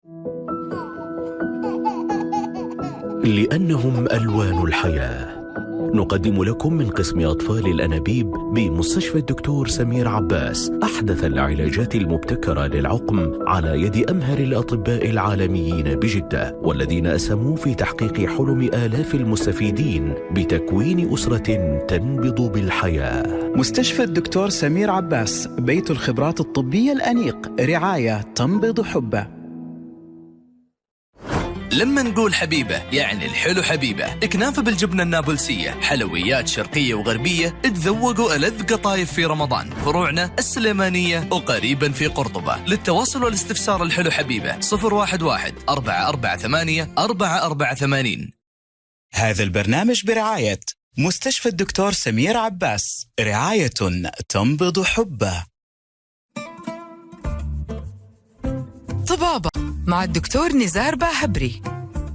لأنهم ألوان الحياة. نقدم لكم من قسم أطفال الأنابيب بمستشفى الدكتور سمير عباس أحدث العلاجات المبتكرة للعقم على يد أمهر الأطباء العالميين بجدة، والذين أسهموا في تحقيق حلم آلاف المستفيدين بتكوين أسرة تنبض بالحياة. مستشفى الدكتور سمير عباس، بيت الخبرات الطبية الأنيق، رعاية تنبض حبه. لما نقول حبيبة يعني الحلو حبيبة. كنافة بالجبنة النابلسية، حلويات شرقية وغربية، تذوقوا ألذ قطايف في رمضان. فروعنا السليمانية وقريبا في قرطبة. للتواصل والاستفسار الحلو حبيبة 011-448-448. هذا البرنامج برعاية مستشفى الدكتور سمير عباس، رعاية تنبض حبه. طبابة مع الدكتور نزار باهبري.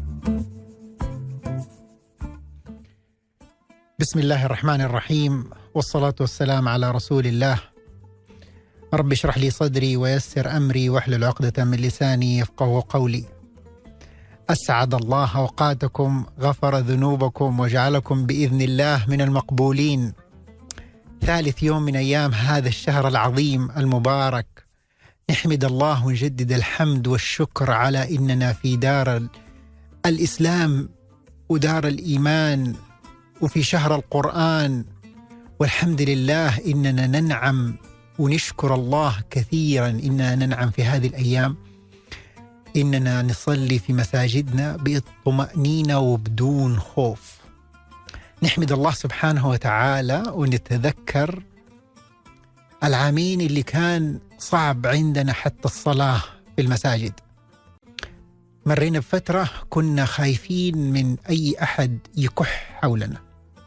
بسم الله الرحمن الرحيم، والصلاة والسلام على رسول الله. رب اشرح لي صدري ويسر أمري واحلل عقدة من لساني يفقه قولي. أسعد الله أوقاتكم، غفر ذنوبكم، وجعلكم بإذن الله من المقبولين. ثالث يوم من أيام هذا الشهر العظيم المبارك، نحمد الله ونجدد الحمد والشكر على إننا في دار الإسلام ودار الإيمان وفي شهر القرآن، والحمد لله إننا ننعم ونشكر الله كثيرا إننا ننعم في هذه الأيام، إننا نصلي في مساجدنا بالطمأنينة وبدون خوف. نحمد الله سبحانه وتعالى ونتذكر العامين اللي كان صعب عندنا حتى الصلاة في المساجد. مرينا بفترة كنا خايفين من أي أحد يكح حولنا.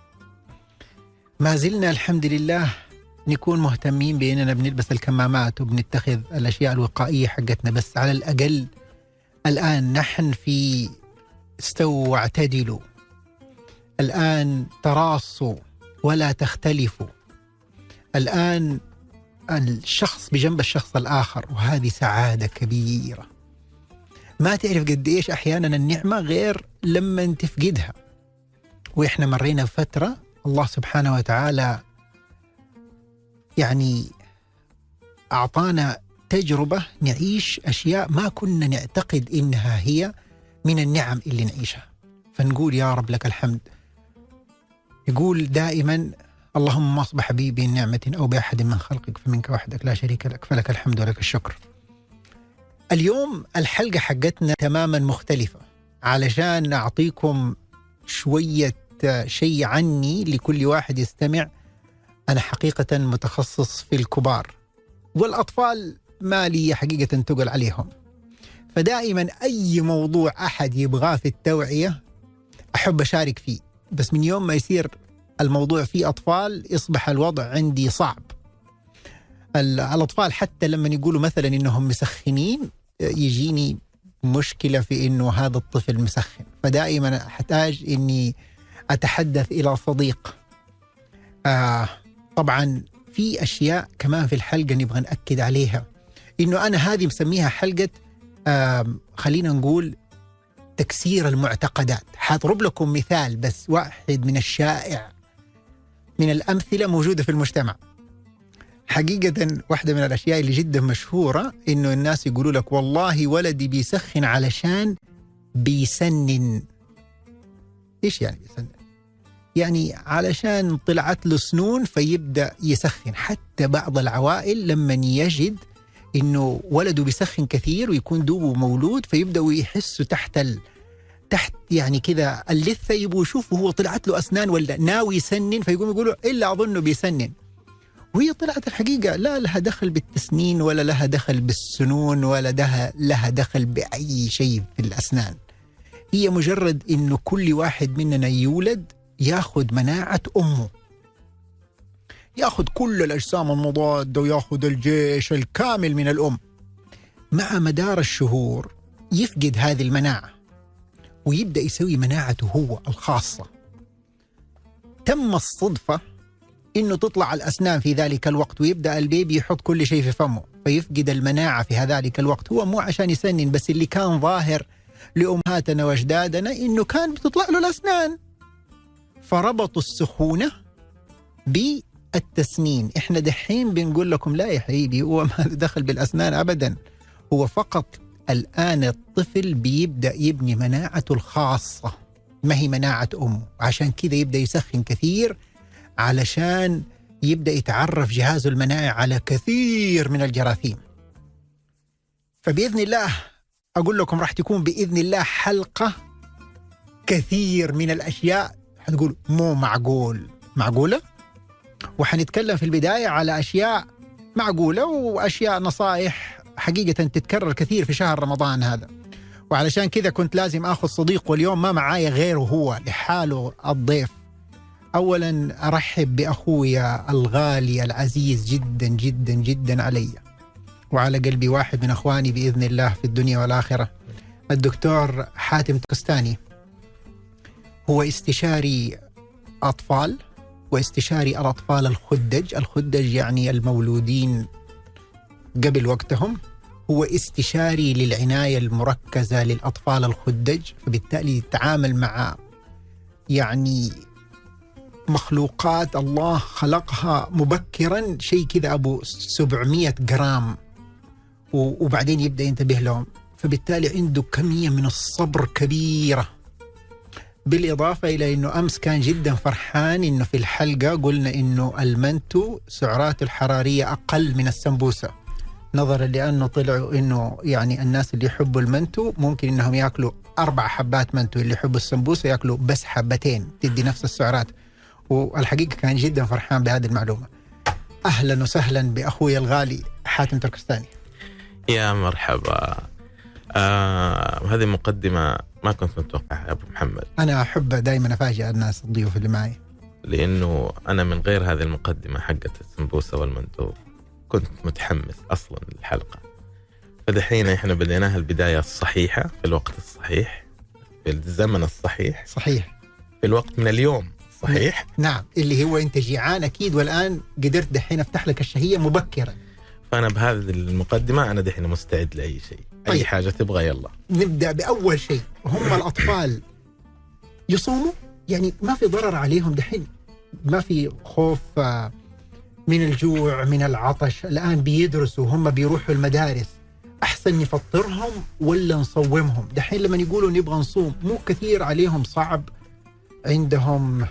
ما زلنا الحمد لله نكون مهتمين بأننا بنلبس الكمامات وبنتخذ الأشياء الوقائية حقتنا، بس على الأقل الآن نحن في استووا واعتدلوا. الآن تراصوا ولا تختلفوا. الآن الشخص بجنب الشخص الآخر، وهذه سعادة كبيرة ما تعرف قد إيش أحيانا النعمة غير لما تفقدها. وإحنا مرينا فترة الله سبحانه وتعالى يعني أعطانا تجربة نعيش أشياء ما كنا نعتقد إنها هي من النعم اللي نعيشها، فنقول يا رب لك الحمد. يقول دائما اللهم ما أصبح بي بنعمة أو بأحد من خلقك فمنك وحدك لا شريك لك فلك الحمد ولك الشكر. اليوم الحلقة حقتنا تماما مختلفة، علشان أعطيكم شوية شيء عني لكل واحد يستمع. أنا حقيقة متخصص في الكبار، والأطفال ما لي حقيقة تقل عليهم، فدائما أي موضوع أحد يبغاه في التوعية أحب أشارك فيه. بس من يوم ما يصير الموضوع فيه أطفال يصبح الوضع عندي صعب. الأطفال حتى لما يقولوا مثلا إنهم مسخنين يجيني مشكلة في إنه هذا الطفل مسخن، فدائما أحتاج إني أتحدث إلى صديق. طبعا في أشياء كمان في الحلقة نبغى نأكد عليها، إنه أنا هذه مسميها حلقة خلينا نقول تكسير المعتقدات. حاضرب لكم مثال بس واحد من الشائع من الأمثلة موجودة في المجتمع. حقيقة واحدة من الأشياء اللي جدا مشهورة إنه الناس يقولوا لك والله ولدي بيسخن علشان بيسنن. إيش يعني بيسنن؟ يعني علشان طلعت له سنون فيبدأ يسخن. حتى بعض العوائل لما يجد إنه ولده بيسخن كثير ويكون دوبه مولود فيبدأوا يحسوا تحت يعني كذا اللثة، يبغوا يشوفوا هو طلعت له أسنان ولا ناوي يسنن، فيقوموا يقولوا إلا أظنه بيسنن. وهي طلعت الحقيقة لا لها دخل بالتسنين ولا لها دخل بالسنون ولا لها دخل بأي شيء في الأسنان. هي مجرد إنه كل واحد مننا يولد ياخد مناعة أمه، ياخد كل الأجسام المضادة وياخد الجيش الكامل من الأم. مع مدار الشهور يفقد هذه المناعة ويبدأ يسوي مناعته هو الخاصة. تم الصدفة إنه تطلع الأسنان في ذلك الوقت ويبدأ البيبي يحط كل شيء في فمه، فيفقد المناعة في هذلك الوقت. هو مو عشان يسنن، بس اللي كان ظاهر لأمهاتنا وأجدادنا إنه كان بتطلع له الأسنان، فربطوا السخونة بالتسنين. إحنا دحين بنقول لكم لا يا حبيبي، هو ما دخل بالأسنان أبدا، هو فقط الآن الطفل بيبدأ يبني مناعته الخاصة، ما هي مناعة أمه، عشان كذا يبدأ يسخن كثير علشان يبدأ يتعرف جهازه المناعي على كثير من الجراثيم. فبإذن الله أقول لكم راح تكون بإذن الله حلقة كثير من الأشياء حتقول مو معقولة، وحنتكلم في البداية على أشياء معقولة وأشياء نصائح حقيقة تتكرر كثير في شهر رمضان هذا. وعلشان كذا كنت لازم أخذ صديق، واليوم ما معايا غيره، هو لحاله الضيف. أولا أرحب بأخويا الغالي العزيز جدا جدا جدا علي وعلى قلبي، واحد من أخواني بإذن الله في الدنيا والآخرة، الدكتور حاتم تركستاني. هو استشاري أطفال واستشاري الأطفال الخدج يعني المولودين قبل وقتهم. هو استشاري للعناية المركزة للأطفال الخدج، فبالتالي يتعامل مع يعني مخلوقات الله خلقها مبكرا، شيء كذا أبو 700 جرام، وبعدين يبدأ ينتبه لهم. فبالتالي عنده كمية من الصبر كبيرة. بالإضافة إلى أنه أمس كان جدا فرحان أنه في الحلقة قلنا أنه المنتو سعراته الحرارية أقل من السمبوسة، نظرا لأنه طلعوا أنه يعني الناس اللي يحبوا المنتو ممكن أنهم يأكلوا 4 حبات منتو، اللي يحبوا السمبوسة يأكلوا بس 2 حبات تدي نفس السعرات. والحقيقة كان جدا فرحان بهذه المعلومة. أهلا وسهلا بأخوي الغالي حاتم تركستاني. يا مرحبا. هذه مقدمة ما كنت متوقعها يا أبو محمد. أنا أحب دائما أفاجئ الناس الضيوف اللي معي، لأنه أنا من غير هذه المقدمة حقت السمبوسة والمنتو كنت متحمس أصلا للحلقة. فدحين إحنا بديناها البداية الصحيحة في الوقت الصحيح في الزمن الصحيح، صحيح في الوقت من اليوم صحيح. نعم، اللي هو أنت جيعان أكيد، والآن قدرت دحين أفتح لك الشهية مبكرا. فأنا بهذه المقدمة أنا دحين مستعد لأي شيء. طيب. أي حاجة تبغى يلا نبدأ بأول شيء. هم الأطفال يصوموا؟ يعني ما في ضرر عليهم دحين؟ ما في خوف من الجوع من العطش؟ الآن بيدرسوا، هم بيروحوا المدارس، أحسن نفطرهم ولا نصومهم؟ دحين لما يقولوا نبغى نصوم مو كثير عليهم صعب، عندهم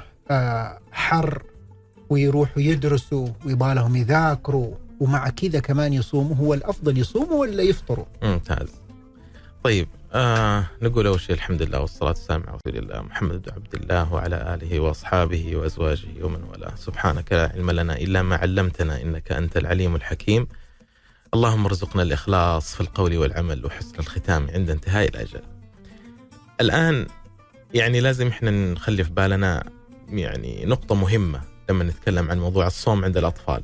حر ويروحوا يدرسوا ويبالهم يذاكروا، ومع كذا كمان يصوموا. هو الأفضل يصوموا ولا يفطروا؟ ممتاز. طيب نقول أول شيء الحمد لله والصلاة والسلام على رسول الله محمد بن عبد الله وعلى آله وأصحابه وأزواجه ومن والاه. سبحانك لا علم لنا إلا ما علمتنا إنك أنت العليم الحكيم. اللهم ارزقنا الإخلاص في القول والعمل وحسن الختام عند انتهاء الأجل. الآن يعني لازم إحنا نخلي في بالنا يعني نقطة مهمة لما نتكلم عن موضوع الصوم عند الأطفال.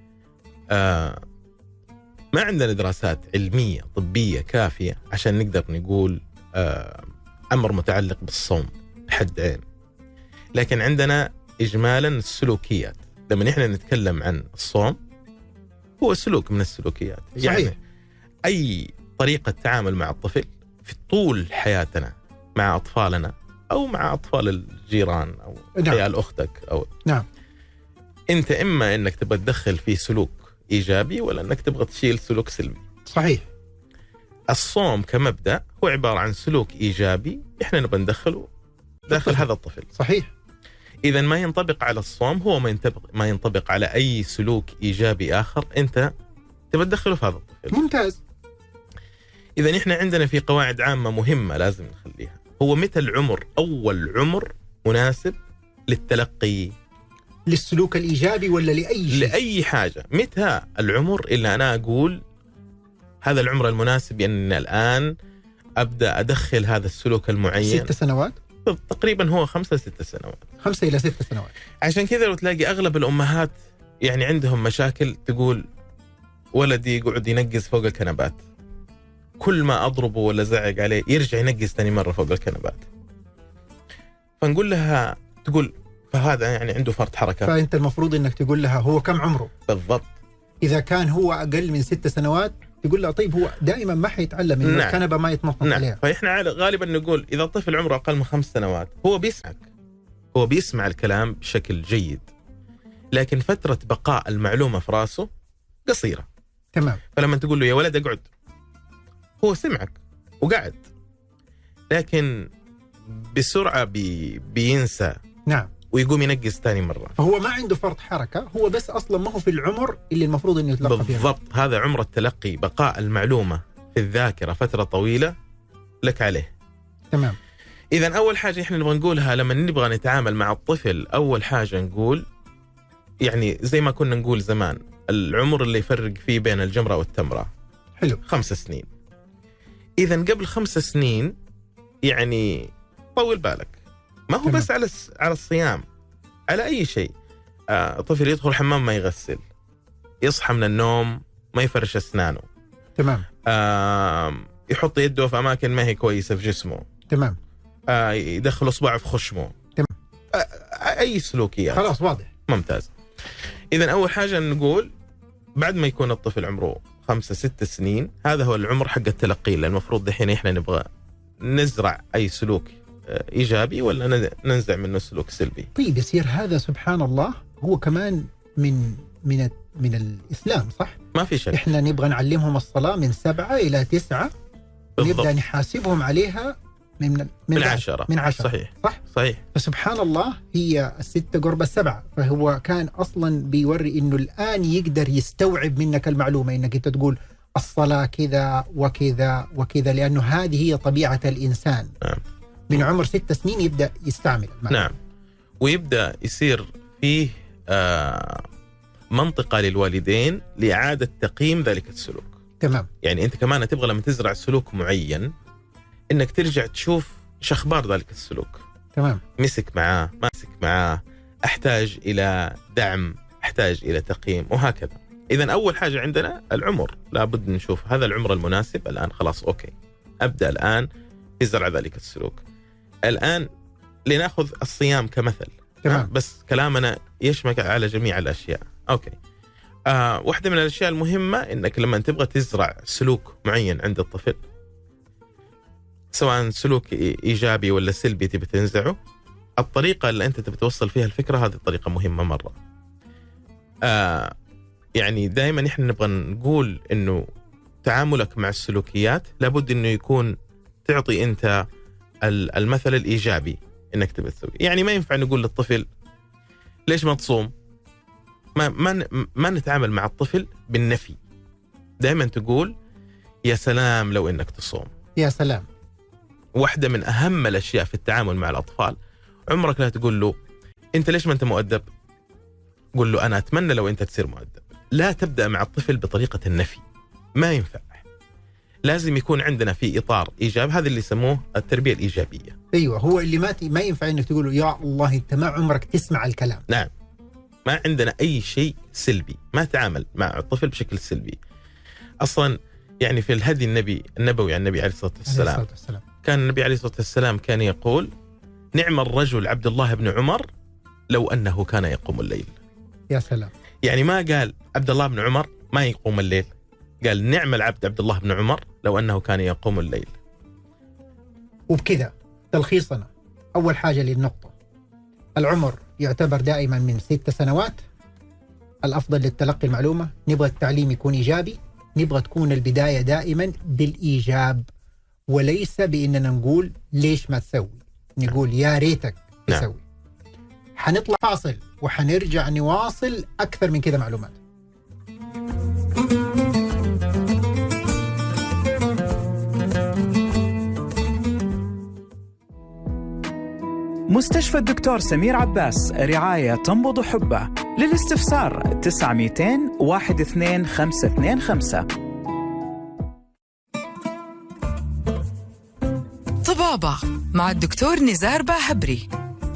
ما عندنا دراسات علمية طبية كافية عشان نقدر نقول أمر متعلق بالصوم بحد عين، لكن عندنا إجمالا السلوكيات. لما نحن نتكلم عن الصوم هو سلوك من السلوكيات. صحيح. يعني أي طريقة تعامل مع الطفل في طول حياتنا مع أطفالنا أو مع أطفال الجيران أو عيال أختك أو نعم، أنت إما أنك تبغى تدخل فيه سلوك إيجابي ولا أنك تبغى تشيل سلوك سلبي. صحيح. الصوم كمبدأ هو عبارة عن سلوك إيجابي إحنا نبغى ندخله داخل هذا الطفل. صحيح. إذا ما ينطبق على الصوم هو ما ينطبق على أي سلوك إيجابي آخر أنت تبغى تدخله في هذا الطفل. ممتاز. إذا إحنا عندنا في قواعد عامة مهمة لازم نخليها. هو متى العمر أول عمر مناسب للتلقي للسلوك الإيجابي ولا لأي شيء؟ لأي حاجة. متى العمر إلا أنا أقول هذا العمر المناسب أن الآن أبدأ أدخل هذا السلوك المعين؟ 6 سنوات تقريبا، هو 5-6 سنوات، 5 إلى 6 سنوات. عشان كذا لو تلاقي أغلب الأمهات يعني عندهم مشاكل، تقول ولدي يقعد ينقز فوق الكنبات، كل ما أضربه ولا زعق عليه يرجع ينقز ثاني مرة فوق الكنبات. فنقول لها، تقول فهذا يعني عنده فرط حركة. فأنت المفروض أنك تقول لها هو كم عمره بالضبط. إذا كان هو أقل من 6 سنوات تقول له طيب هو دائما ما حيتعلم إنه نعم. الكنبة ما يتنطط نعم. عليها. فإحنا غالبا نقول إذا الطفل عمره أقل من 5 سنوات هو بيسمعك، هو بيسمع الكلام بشكل جيد، لكن فترة بقاء المعلومة في راسه قصيرة. تمام. فلما تقول له يا ولد اقعد هو سمعك وقعد، لكن بسرعة بينسى. نعم. ويقوم ينقز ثاني مرة. فهو ما عنده فرط حركة، هو بس أصلا ما هو في العمر اللي المفروض إنه يتلقى فيه. بالضبط، هذا عمر التلقي، بقاء المعلومة في الذاكرة فترة طويلة لك عليه. تمام. إذن أول حاجة إحنا نبغى نقولها لما نبغى نتعامل مع الطفل، أول حاجة نقول يعني زي ما كنا نقول زمان، العمر اللي يفرق فيه بين الجمرة والتمرة. حلو. 5 سنين. إذن قبل 5 سنين يعني طول بالك، ما هو بس على الصيام، على أي شيء. طفل يدخل الحمام ما يغسل، يصحى من النوم ما يفرش أسنانه. تمام. يحط يده في أماكن ما هي كويسة في جسمه. تمام. يدخل إصبعه في خشمه. تمام. أي سلوكيات. خلاص واضح. ممتاز. إذن أول حاجة نقول بعد ما يكون الطفل عمره 5-6 سنين، هذا هو العمر حق التلقي، لأن المفروض دحين إحنا نبغى نزرع أي سلوك إيجابي ولا ننزع منه سلوك سلبي. طيب يصير هذا سبحان الله هو كمان من الإسلام، صح؟ ما في شك. إحنا نبغى نعلمهم الصلاة من 7 إلى 9، ونبدأ نحاسبهم عليها من 10. من 10. صحيح. صح؟ صحيح. فسبحان الله هي 6 قرب 7، فهو كان أصلا بيوري إنه الآن يقدر يستوعب منك المعلومة، إنك أنت تقول الصلاة كذا وكذا وكذا، لأنه هذه هي طبيعة الإنسان. نعم. من عمر 6 سنين يبدأ يستعمل المعلومة. نعم. ويبدأ يصير فيه منطقة للوالدين لإعادة تقييم ذلك السلوك. تمام. يعني أنت كمان تبغى لما تزرع سلوك معين إنك ترجع تشوف شخبار ذلك السلوك. تمام. مسك معاه، ما مسك معاه، أحتاج إلى دعم، أحتاج إلى تقييم، وهكذا. إذن أول حاجة عندنا العمر، لابد نشوف هذا العمر المناسب الآن. خلاص أوكي، أبدأ الآن في زرع ذلك السلوك. الآن لنأخذ الصيام كمثل. تمام. بس كلامنا يشمل على جميع الأشياء. أوكي. واحدة من الأشياء المهمة إنك لما تبغى تزرع سلوك معين عند الطفل، سواء سلوك إيجابي ولا سلبي تبي تنزعه، الطريقة اللي أنت تبي توصل فيها الفكرة هذه الطريقة مهمة مرة. يعني دائما إحنا نبغى نقول إنه تعاملك مع السلوكيات لابد إنه يكون تعطي أنت المثل الإيجابي إنك تبي تسوي. يعني ما ينفع نقول للطفل ليش ما تصوم. ما نتعامل مع الطفل بالنفي، دائما تقول يا سلام لو إنك تصوم. يا سلام. واحدة من أهم الأشياء في التعامل مع الأطفال، عمرك لا تقول له أنت ليش ما أنت مؤدب، قل له أنا أتمنى لو أنت تصير مؤدب. لا تبدأ مع الطفل بطريقة النفي، ما ينفع. لازم يكون عندنا في إطار إيجاب، هذا اللي يسموه التربية الإيجابية. أيوة، هو اللي ما ينفع إنك تقول له يا الله أنت ما عمرك تسمع الكلام. نعم. ما عندنا أي شيء سلبي، ما تعامل مع الطفل بشكل سلبي. أصلا يعني في الهدي النبوي عن النبي عليه الصلاة والسلام، كان النبي عليه الصلاة والسلام كان يقول نعم الرجل عبد الله بن عمر لو أنه كان يقوم الليل. يا سلام. يعني ما قال عبد الله بن عمر ما يقوم الليل، قال نعم العبد عبد الله بن عمر لو أنه كان يقوم الليل. وبكذا تلخيصنا، أول حاجة للنقطة، العمر يعتبر دائما من 6 سنوات الأفضل للتلقي المعلومة. نبغى التعليم يكون إيجابي، نبغى تكون البداية دائما بالإيجاب، وليس بأننا نقول ليش ما تسوي، نقول يا ريتك تسوي. حنطلع فاصل وحنرجع نواصل أكثر من كذا معلومات. مستشفى الدكتور سمير عباس، رعاية تنبض حبه. للاستفسار 900-12525. طبابة مع الدكتور نزار باهبري.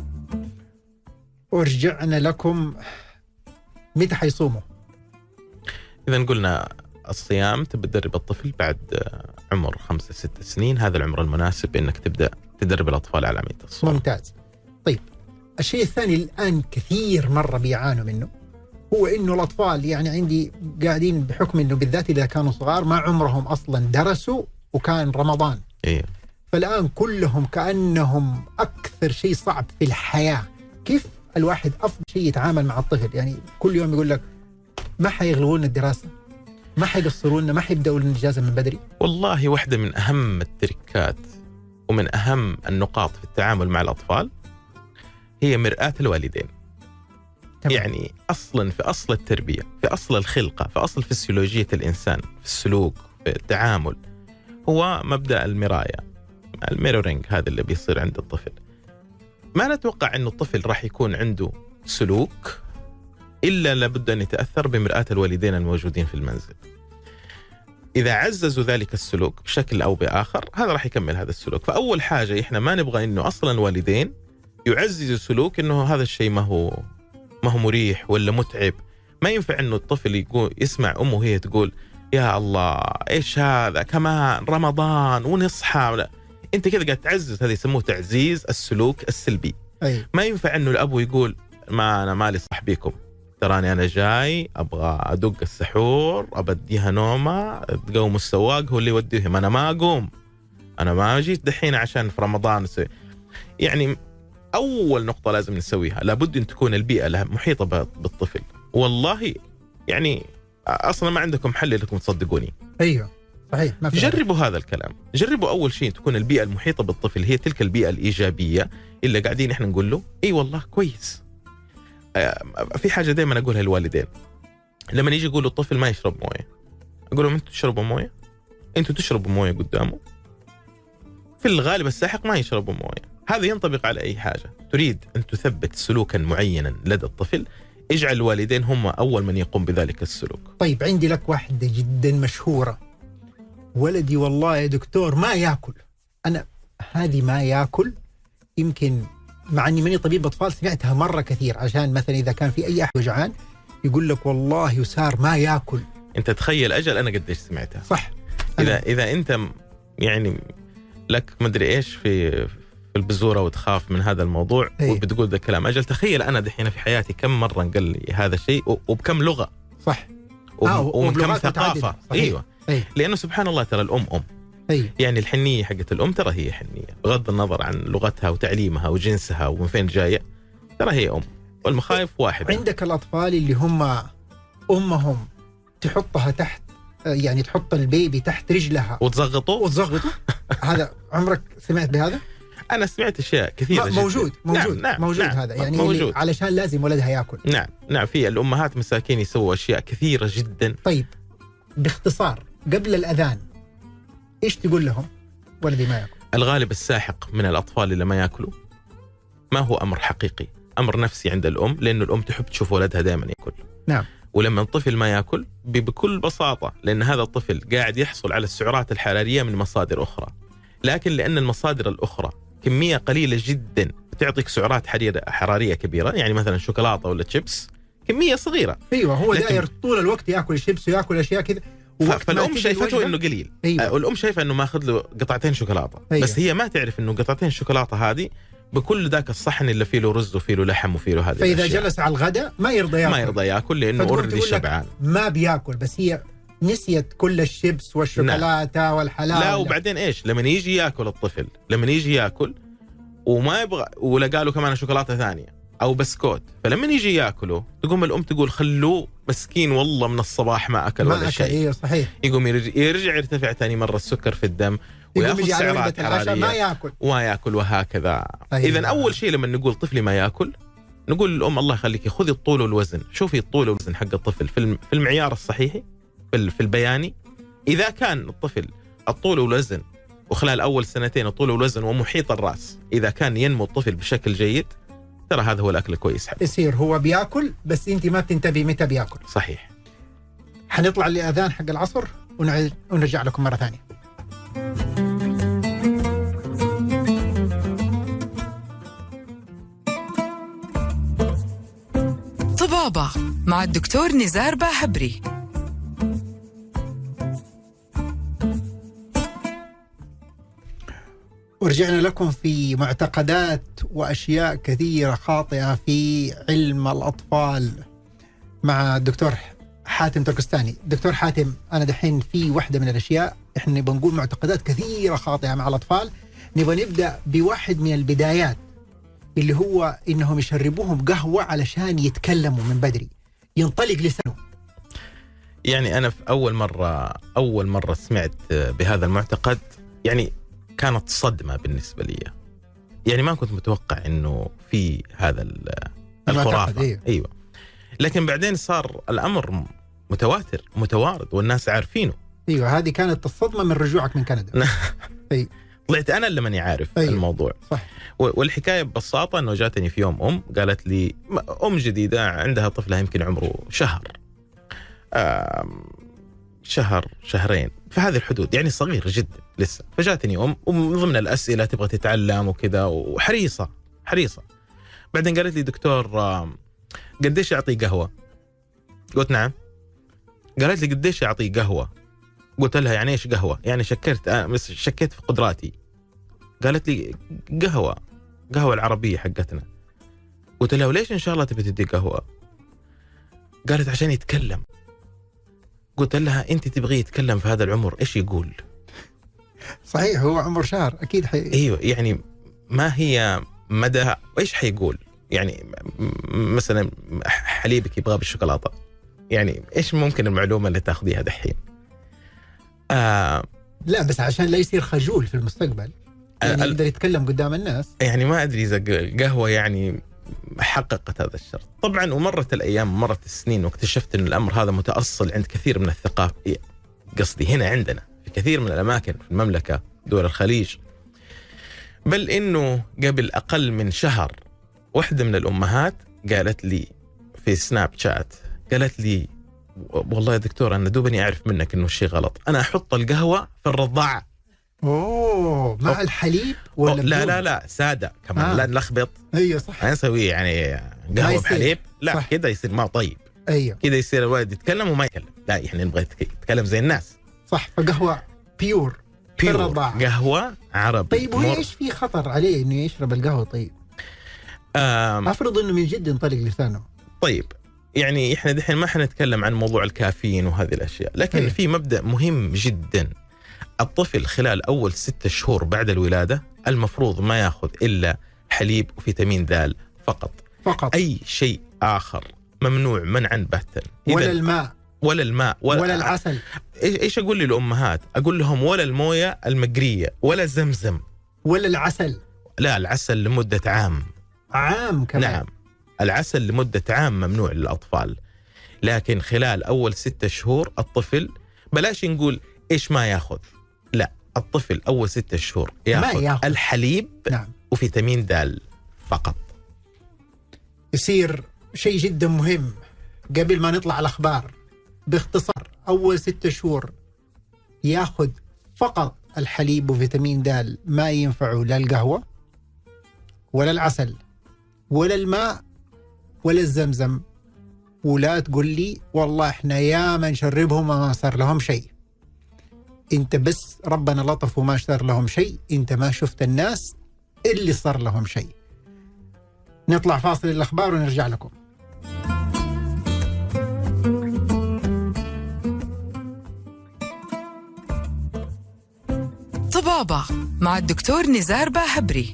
ورجعنا لكم. متى حيصوموا؟ إذا قلنا الصيام تبدأ تدرب الطفل بعد عمر 5-6 سنين، هذا العمر المناسب إنك تبدأ تدرب الأطفال على عملية الصوم. ممتاز. طيب الشيء الثاني الآن كثير مرة بيعانوا منه، هو إنه الأطفال يعني عندي قاعدين بحكم إنه بالذات إذا كانوا صغار ما عمرهم أصلا درسوا وكان رمضان. إيه. فالآن كلهم كأنهم أكثر شيء صعب في الحياة. كيف الواحد أفضل شيء يتعامل مع الطفل؟ يعني كل يوم يقول لك ما حيغلقون الدراسة، ما حيقصرونا، ما حيبدأوا الإجازة من بدري. والله واحدة من أهم التركات ومن أهم النقاط في التعامل مع الأطفال هي مرآة الوالدين. تمام. يعني أصلا في أصل التربية، في أصل الخلقة، في أصل فسيولوجية الإنسان، في السلوك، في التعامل، هو مبدأ المراية، الميرورينج هذا اللي بيصير عند الطفل. ما نتوقع أنه الطفل راح يكون عنده سلوك إلا لابد أن يتأثر بمرآة الوالدين الموجودين في المنزل. إذا عززوا ذلك السلوك بشكل أو بآخر هذا راح يكمل هذا السلوك. فأول حاجة إحنا ما نبغى إنه أصلا الوالدين يعززوا سلوك إنه هذا الشيء ما هو مريح ولا متعب. ما ينفع إنه الطفل يقول يسمع أمه هي تقول يا الله إيش هذا كمان رمضان ونصحى. لا. أنت كذا قاعد تعزز، هذا يسموه تعزيز السلوك السلبي. ما ينفع إنه الأب يقول ما أنا مالي صح بيكم، تراني أنا جاي أبغى أدق السحور أبديها نومة تقوم السواق هو اللي يوديهم، أنا ما أقوم، أنا ما جيت دحين عشان في رمضان. يعني أول نقطة لازم نسويها لابد أن تكون البيئة محيطة بالطفل. والله يعني أصلا ما عندكم حل لكم تصدقوني. أيوه صحيح. جربوا هذا الكلام، جربوا أول شيء تكون البيئة المحيطة بالطفل هي تلك البيئة الإيجابية اللي قاعدين إحنا نقول له إيه والله كويس. في حاجة دائما أقولها للوالدين لما يجي يقولوا الطفل ما يشرب موية، أقول لهم أنتوا تشربوا موية؟ أنتوا تشربوا موية قدامه؟ في الغالب الساحق ما يشربوا موية. هذا ينطبق على أي حاجة تريد أن تثبت سلوكا معينا لدى الطفل، اجعل الوالدين هم أول من يقوم بذلك السلوك. طيب عندي لك واحدة جدا مشهورة، ولدي والله يا دكتور ما يأكل. أنا هذه ما يأكل يمكن مع أني ماني طبيب أطفال سمعتها مرة كثير، عشان مثلا إذا كان في أي أحد وجعان يقول لك والله يسار ما يأكل. أنت تخيل أجل أنا قديش سمعتها. صح. إذا أنت يعني لك مدري إيش في البزورة وتخاف من هذا الموضوع وبتقول ذا الكلام، أجل تخيل أنا دحين في حياتي كم مرة قال لي هذا الشيء وبكم لغة. صح. وكم ثقافة. أيوة. لأنه سبحان الله ترى الأم يعني الحنية حقت الأم ترى هي حنية بغض النظر عن لغتها وتعليمها وجنسها ومن فين جاية، ترى هي أم والمخايف واحدة. عندك الأطفال اللي هم أمهم تحطها تحت، يعني تحط البيبي تحت رجلها وتزغطوا هذا عمرك سمعت بهذا؟ أنا سمعت أشياء كثيرة موجود. نعم. موجود هذا يعني موجود. علشان لازم ولدها يأكل. نعم في الأمهات مساكين يسووا أشياء كثيرة جدا. طيب باختصار قبل الأذان إيش تقول لهم؟ ولدي ما يأكل. الغالب الساحق من الأطفال اللي ما يأكلوا ما هو أمر حقيقي، أمر نفسي عند الأم، لأنه الأم تحب تشوف ولدها دائما يأكل. نعم. ولما الطفل ما يأكل بكل بساطة لأن هذا الطفل قاعد يحصل على السعرات الحرارية من مصادر أخرى، لكن لأن المصادر الأخرى كمية قليلة جدا بتعطيك سعرات حرارية كبيرة، يعني مثلا شوكولاتة ولا تشيبس كمية صغيرة. أيوة هو داير طول الوقت يأكل شيبس ويأكل أشياء كذا، فالأم شايفته إنه قليل. أيوة. الأم شايفة إنه ماخذ له قطعتين شوكولاتة. أيوة. بس هي ما تعرف إنه قطعتين شوكولاتة هذه بكل ذاك الصحن اللي فيه له رز وفيه له لحم وفيه له هذه. فإذا الأشياء جلس على الغداء ما يرضى يأكل لأنه أوريدي شبعان، ما بيأكل، بس هي نسيت كل الشيبس والشوكولاتة والحلاوة. لا وبعدين إيش لما يجي يأكل الطفل، لما يجي يأكل وما يبغى ولا قالوا كمان شوكولاتة ثانية أو بسكوت، فلما يجي يأكله تقوم الأم تقول خلوه مسكين والله من الصباح ما أكل ولا شيء. إيه صحيح. يقوم يرجع يرتفع ثاني مرة السكر في الدم ويأخذ سعرات حرارية وما يأكل وهكذا. إذن أول شيء لما نقول طفلي ما يأكل نقول للأم الله يخليك خذي الطول والوزن، شوفي الطول والوزن حق الطفل في المعيار الصحيحي في البياني. إذا كان الطفل الطول والوزن وخلال أول سنتين الطول والوزن ومحيط الرأس إذا كان ينمو الطفل بشكل جيد، ترى هذا هو الأكل الكويس حقه. يصير هو بيأكل بس أنت ما بتنتبه متى بيأكل. صحيح. حنطلع لأذان حق العصر ونرجع لكم مرة ثانية. طبابة مع الدكتور نزار باحبري. ورجعنا لكم في معتقدات وأشياء كثيرة خاطئة في علم الأطفال مع الدكتور حاتم تركستاني. دكتور حاتم، أنا دحين في واحدة من الأشياء إحنا نبغى نقول معتقدات كثيرة خاطئة مع الأطفال، نبغى نبدأ بواحد من البدايات اللي هو إنهم يشربوهم قهوة علشان يتكلموا من بدري، ينطلق لسانه. يعني أنا في أول مرة سمعت بهذا المعتقد يعني كانت صدمة بالنسبة لي. يعني ما كنت متوقع إنه في هذا الخرافة. أيوة. لكن بعدين صار الأمر متوارد والناس عارفينه. أيوة، هذه كانت الصدمة من رجوعك من كندا. أي. طلعت أنا اللي ماني عارف. أيوة. الموضوع صح. والحكاية ببساطة أنه جاتني في يوم قالت لي جديدة عندها طفلة يمكن عمره شهر شهرين في هذه الحدود، يعني صغير جدا لسه. فجاتني ومن ضمن الأسئلة تبغى تتعلم وكذا وحريصة. بعدين قالت لي دكتور قديش أعطي قهوة؟ قلت نعم. قالت لي قديش أعطي قهوة؟ قلت لها يعني إيش قهوة؟ يعني شكيت في قدراتي. قالت لي قهوة العربية حقتنا. قلت لها وليش إن شاء الله تبي تدي قهوة؟ قالت عشان يتكلم. قلت لها أنت تبغي يتكلم في هذا العمر، إيش يقول؟ صحيح، هو عمر شهر أكيد أيوة، يعني ما هي مدى إيش حيقول؟ يعني مثلا حليبك يبغى بالشوكولاتة، يعني إيش ممكن المعلومة اللي تأخذيها دحين؟ لا بس عشان لا يصير خجول في المستقبل، يعني يقدر يتكلم قدام الناس. يعني ما أدري إذا قهوة يعني حققت هذا الشرط. طبعا ومرت الأيام ومرت السنين واكتشفت أن الأمر هذا متأصل عند كثير من الثقافة، قصدي هنا عندنا في كثير من الأماكن في المملكة، دول الخليج. بل إنه قبل أقل من شهر واحدة من الأمهات قالت لي في سناب شات، قالت لي والله يا دكتور أنا دوبني أعرف منك إنه الشيء غلط، أنا أحط القهوة في الرضاعة. مع الحليب ولا لا سادة كمان. لا نلخبط. أيوة صح. ما نسوي يعني قهوة بحليب، لا كده يصير ما طيب. أيوة كده يصير الولد يتكلم وما يتكلم، لا يعني نبغى يتكلم زي الناس. صح، فقهوة بيور قهوة عربي. طيب وإيش في خطر عليه إنه يشرب القهوة؟ طيب أفرض إنه من جد ينطلق لسانه. طيب يعني إحنا دحين ما حنتكلم عن موضوع الكافيين وهذه الأشياء، لكن في مبدأ مهم جدا. الطفل خلال أول 6 شهور بعد الولادة المفروض ما يأخذ إلا حليب وفيتامين د فقط. أي شيء آخر ممنوع منعا باتا. ولا الماء ولا العسل. إيش أقول للأمهات؟ أقول لهم ولا الموية المقرية ولا زمزم ولا العسل. لا، العسل لمدة عام كمان. نعم، العسل لمدة عام ممنوع للأطفال. لكن خلال أول 6 شهور الطفل بلاش نقول إيش ما يأخذ، لا، الطفل أول 6 شهور يأخذ الحليب. نعم. وفيتامين د فقط. يصير شيء جدا مهم قبل ما نطلع الأخبار. باختصار، أول 6 شهور يأخذ فقط الحليب وفيتامين د، ما ينفعه لا القهوة ولا العسل ولا الماء ولا الزمزم. ولا تقول لي والله احنا ياما نشربهم وما صار لهم شيء. انت بس ربنا لطف وما صار لهم شيء، انت ما شفت الناس اللي صار لهم شيء. نطلع فاصل الأخبار ونرجع لكم. طبابة مع الدكتور نزار باهبري.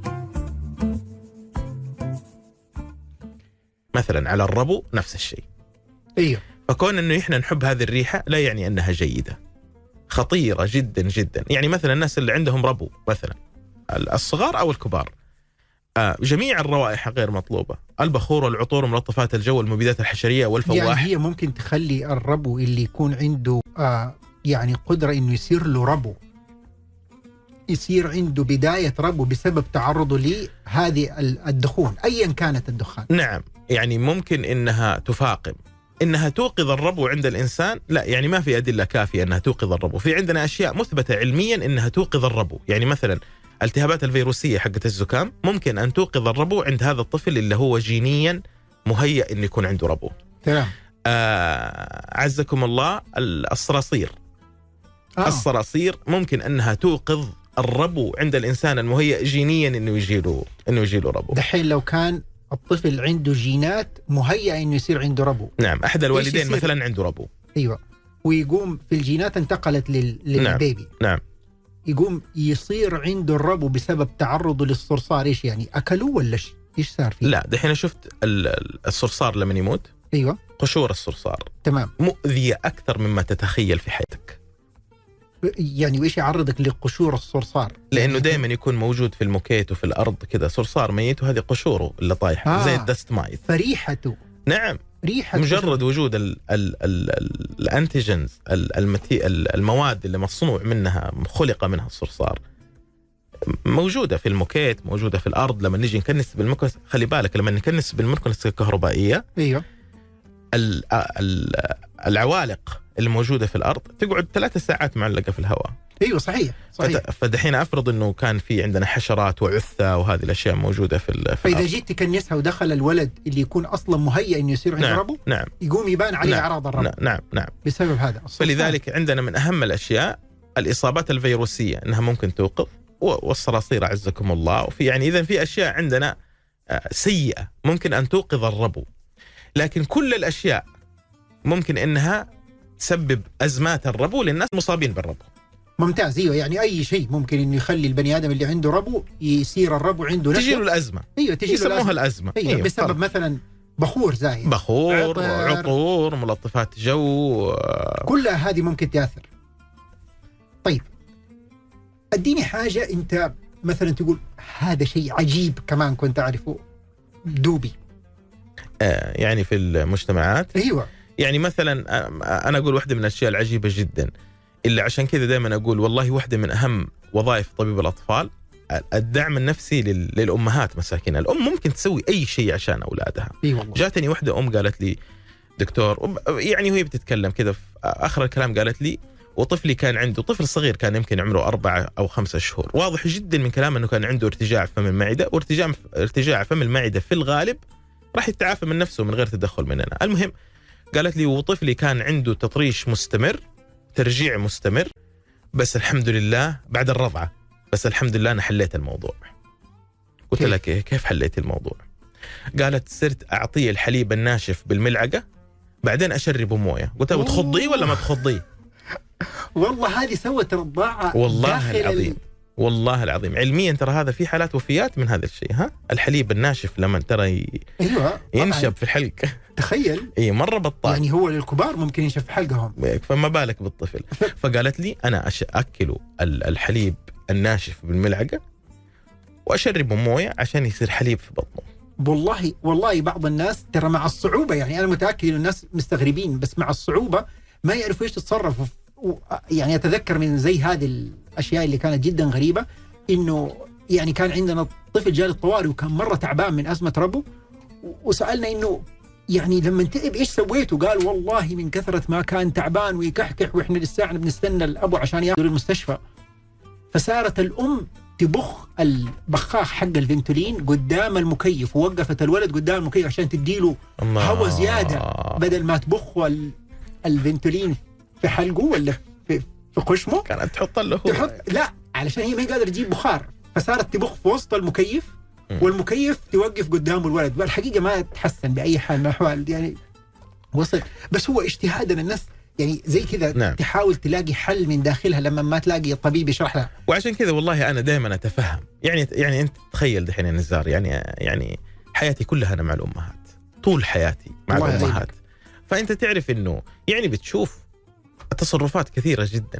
مثلا على الربو نفس الشيء. ايوه. فكون انه احنا نحب هذه الريحة لا يعني انها جيدة، خطيرة جدا جدا. يعني مثلا الناس اللي عندهم ربو مثلا الصغار او الكبار، جميع الروائح غير مطلوبة، البخور والعطور وملطفات الجو والمبيدات الحشرية والفواح. يعني هي ممكن تخلي الربو اللي يكون عنده يعني قدرة انه يصير له ربو، يصير عنده بداية ربو بسبب تعرضه لهذه الدخون أيا كانت الدخان. نعم، يعني ممكن إنها تفاقم، إنها توقظ الربو عند الإنسان. لا، يعني ما في أدلة كافية أنها توقظ الربو. في عندنا أشياء مثبتة علميا إنها توقظ الربو. يعني مثلا الالتهابات الفيروسية حقت الزكام ممكن أن توقظ الربو عند هذا الطفل اللي هو جينيا مهيأ إنه يكون عنده ربو. تمام. عزكم الله، الصراصير. الصراصير ممكن أنها توقظ الربو عند الإنسان المهيئ جينيا إنه يجي له ربو. دحين لو كان الطفل عنده جينات مهيئة إنه يصير عنده ربو. نعم، أحد الوالدين مثلا عنده ربو. أيوة، ويقوم في الجينات انتقلت للبيبي. نعم. يقوم يصير عنده الربو بسبب تعرضه للصرصار. إيش يعني؟ أكلوه ولا إيش صار فيه؟ لا، دحين شفت الصرصار لما يموت. أيوة، قشور الصرصار تمام مؤذية أكثر مما تتخيل في حياتك. يعني وإيش يعرضك لقشور الصرصار؟ لأنه دائما يكون موجود في الموكيت وفي الأرض كذا صرصار ميت، وهذه قشوره اللي طايحة زي الدست مايت. فريحته. نعم، ريحة مجرد قشور. وجود الأنتيجنز، المواد اللي مصنوع منها، خلق منها الصرصار، موجودة في الموكيت، موجودة في الأرض. لما نيجي نكنس بالمكنسة، خلي بالك لما نكنس بالمكنسة الكهربائية، أيوة، العوالق اللي موجودة في الأرض تقعد 3 ساعات معلقة في الهواء. أيوة صحيح. فدحين أفرض أنه كان في عندنا حشرات وعثة وهذه الأشياء موجودة في فإذا جيت تكنسها ودخل الولد اللي يكون أصلا مهيئ إنه يصير عنده ربو، نعم، يقوم يبان عليه أعراض الربو. نعم بسبب هذا. فلذلك عندنا من أهم الأشياء الإصابات الفيروسية، أنها ممكن توقف، والصراصير أعزكم الله. وفي يعني إذا في أشياء عندنا سيئة ممكن أن توقظ الربو، لكن كل الأشياء ممكن أنها تسبب أزمات الربو للناس مصابين بالربو. ممتاز. ايوه، يعني اي شيء ممكن انه يخلي البني ادم اللي عنده ربو يصير الربو عنده تجي له الازمه. ايوه، تجي له يسموها الازمه. أيوة. بسبب مثلا بخور زايد، عطور، ملطفات جو، كلها هذه ممكن تاثر. طيب اديني حاجه انت مثلا تقول هذا شيء عجيب كمان كنت اعرفه دوبي. يعني في المجتمعات. ايوه، يعني مثلا انا اقول واحده من الاشياء العجيبه جدا، اللي عشان كذا دائما أقول والله واحدة من أهم وظائف طبيب الأطفال الدعم النفسي للأمهات مساكين. الأم ممكن تسوي أي شيء عشان أولادها. جاتني واحدة أم قالت لي دكتور، يعني وهي بتتكلم كذا في آخر الكلام قالت لي وطفلي كان عنده، طفل صغير كان يمكن عمره 4 أو 5 شهور، واضح جدا من كلامه أنه كان عنده ارتجاع فم المعدة، وارتجاع فم المعدة في الغالب راح يتعافى من نفسه من غير تدخل مننا. المهم قالت لي وطفلي كان عنده تطريش مستمر، ترجيع مستمر، بس الحمد لله بعد الرضعة، بس الحمد لله أنا حليت الموضوع. قلت لك كيف حليت الموضوع؟ قالت صرت أعطيه الحليب الناشف بالملعقة، بعدين أشربه موية. قلت له تخضيه ولا ما تخضيه؟ والله هذه سوت رضاعة. والله العظيم والله العظيم علميا ترى هذا في حالات وفيات من هذا الشيء. الحليب الناشف لما ترى أيوة ينشب في الحلق، تخيل. مرة بطال. يعني هو للكبار ممكن ينشف حلقهم، فما بالك بالطفل. فقالت لي أنا أكله الحليب الناشف بالملعقة وأشربه موية عشان يصير حليب في بطنه. والله بعض الناس ترى مع الصعوبة، يعني أنا متأكد إن الناس مستغربين، بس مع الصعوبة ما يعرفوا إيش تتصرفوا. يعني أتذكر من زي هذه الأشياء اللي كانت جدا غريبة، إنه يعني كان عندنا طفل جاء للطوارئ وكان مرة تعبان من أزمة ربو، وسألنا إنه يعني لما تعب إيش سويته؟ قال والله من كثرة ما كان تعبان ويكحكح وإحنا للساعة بنستنى الأبو عشان يأخذوا للمستشفى. فصارت الأم تبخ البخاخ حق الفنتولين قدام المكيف، ووقفت الولد قدام المكيف عشان تديله هواء زيادة، بدل ما تبخ الفنتولين في حلقه ولا في قشمه، كانت تحط له لا، علشان هي ما قادرة تجيب بخار، فصارت تبخ في وسط المكيف، والمكيف توقف قدام الولد. والحقيقة ما تحسن بأي حال من الأحوال، يعني وصل. بس هو اجتهاد من الناس يعني زي كذا. نعم. تحاول تلاقي حل من داخلها لما ما تلاقي الطبيب يشرح لها. وعشان كذا والله أنا دائما أتفهم، يعني أنت تخيل دحين يا نزار، يعني حياتي كلها أنا مع الأمهات، طول حياتي مع الأمهات. فأنت تعرف إنه يعني بتشوف تصرفات كثيرة جدا